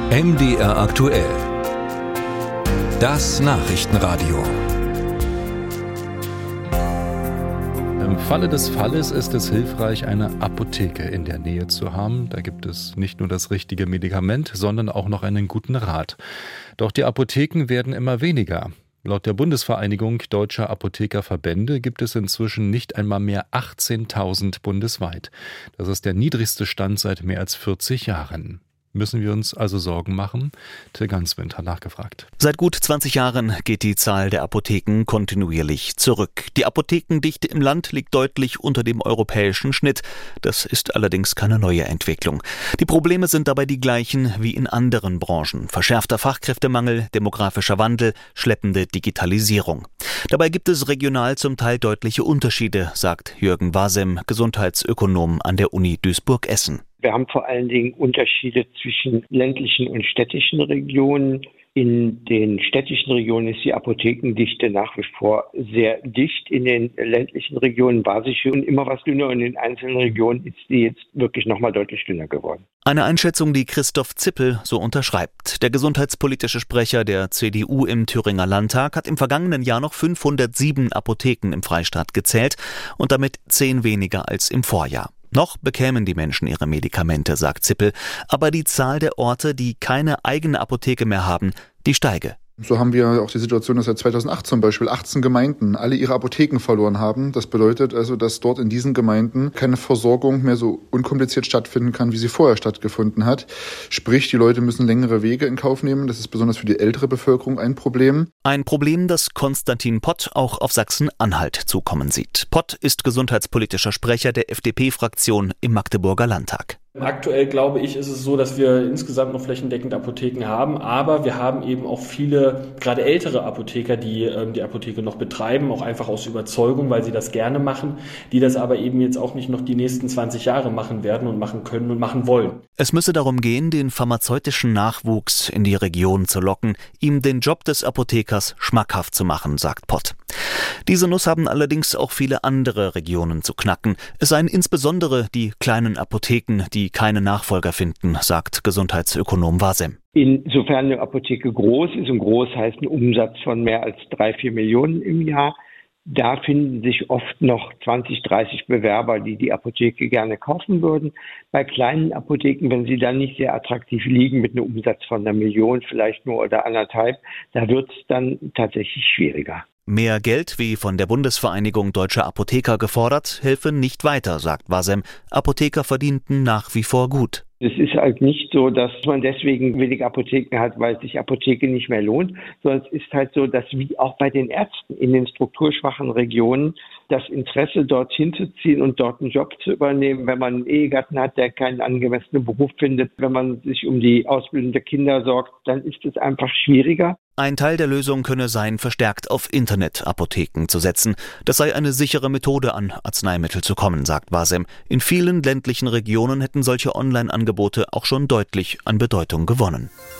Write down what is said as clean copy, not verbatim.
MDR aktuell. Das Nachrichtenradio. Im Falle des Falles ist es hilfreich, eine Apotheke in der Nähe zu haben. Da gibt es nicht nur das richtige Medikament, sondern auch noch einen guten Rat. Doch die Apotheken werden immer weniger. Laut der Bundesvereinigung Deutscher Apothekerverbände gibt es inzwischen nicht einmal mehr 18.000 bundesweit. Das ist der niedrigste Stand seit mehr als 40 Jahren. Müssen wir uns also Sorgen machen? Till Ganswind hat nachgefragt. Seit gut 20 Jahren geht die Zahl der Apotheken kontinuierlich zurück. Die Apothekendichte im Land liegt deutlich unter dem europäischen Schnitt. Das ist allerdings keine neue Entwicklung. Die Probleme sind dabei die gleichen wie in anderen Branchen. Verschärfter Fachkräftemangel, demografischer Wandel, schleppende Digitalisierung. Dabei gibt es regional zum Teil deutliche Unterschiede, sagt Jürgen Wasem, Gesundheitsökonom an der Uni Duisburg-Essen. Wir haben vor allen Dingen Unterschiede zwischen ländlichen und städtischen Regionen. In den städtischen Regionen ist die Apothekendichte nach wie vor sehr dicht. In den ländlichen Regionen war sie schon immer was dünner und in einzelnen Regionen ist sie jetzt wirklich nochmal deutlich dünner geworden. Eine Einschätzung, die Christoph Zippel so unterschreibt. Der gesundheitspolitische Sprecher der CDU im Thüringer Landtag hat im vergangenen Jahr noch 507 Apotheken im Freistaat gezählt und damit 10 weniger als im Vorjahr. Noch bekämen die Menschen ihre Medikamente, sagt Zippel, aber die Zahl der Orte, die keine eigene Apotheke mehr haben, die steige. So haben wir auch die Situation, dass seit 2008 zum Beispiel 18 Gemeinden alle ihre Apotheken verloren haben. Das bedeutet also, dass dort in diesen Gemeinden keine Versorgung mehr so unkompliziert stattfinden kann, wie sie vorher stattgefunden hat. Sprich, die Leute müssen längere Wege in Kauf nehmen. Das ist besonders für die ältere Bevölkerung ein Problem. Ein Problem, das Konstantin Pott auch auf Sachsen-Anhalt zukommen sieht. Pott ist gesundheitspolitischer Sprecher der FDP-Fraktion im Magdeburger Landtag. Aktuell, glaube ich, ist es so, dass wir insgesamt noch flächendeckend Apotheken haben, aber wir haben eben auch viele, gerade ältere Apotheker, die die Apotheke noch betreiben, auch einfach aus Überzeugung, weil sie das gerne machen, die das aber eben jetzt auch nicht noch die nächsten 20 Jahre machen werden und machen können und machen wollen. Es müsse darum gehen, den pharmazeutischen Nachwuchs in die Region zu locken, ihm den Job des Apothekers schmackhaft zu machen, sagt Pott. Diese Nuss haben allerdings auch viele andere Regionen zu knacken. Es seien insbesondere die kleinen Apotheken, die keine Nachfolger finden, sagt Gesundheitsökonom Wasem. Insofern eine Apotheke groß ist, und groß heißt ein Umsatz von mehr als 3-4 Millionen im Jahr, da finden sich oft noch 20, 30 Bewerber, die die Apotheke gerne kaufen würden. Bei kleinen Apotheken, wenn sie dann nicht sehr attraktiv liegen, mit einem Umsatz von 1 Million vielleicht nur oder 1,5, da wird es dann tatsächlich schwieriger. Mehr Geld, wie von der Bundesvereinigung Deutscher Apotheker gefordert, helfe nicht weiter, sagt Wasem. Apotheker verdienten nach wie vor gut. Es ist halt nicht so, dass man deswegen wenig Apotheken hat, weil sich Apotheke nicht mehr lohnt, sondern es ist halt so, dass wie auch bei den Ärzten in den strukturschwachen Regionen das Interesse, dorthin zu ziehen und dort einen Job zu übernehmen, wenn man einen Ehegatten hat, der keinen angemessenen Beruf findet, wenn man sich um die Ausbildung der Kinder sorgt, dann ist es einfach schwieriger. Ein Teil der Lösung könne sein, verstärkt auf Internetapotheken zu setzen. Das sei eine sichere Methode, an Arzneimittel zu kommen, sagt Wasem. In vielen ländlichen Regionen hätten solche Online-Angebote auch schon deutlich an Bedeutung gewonnen.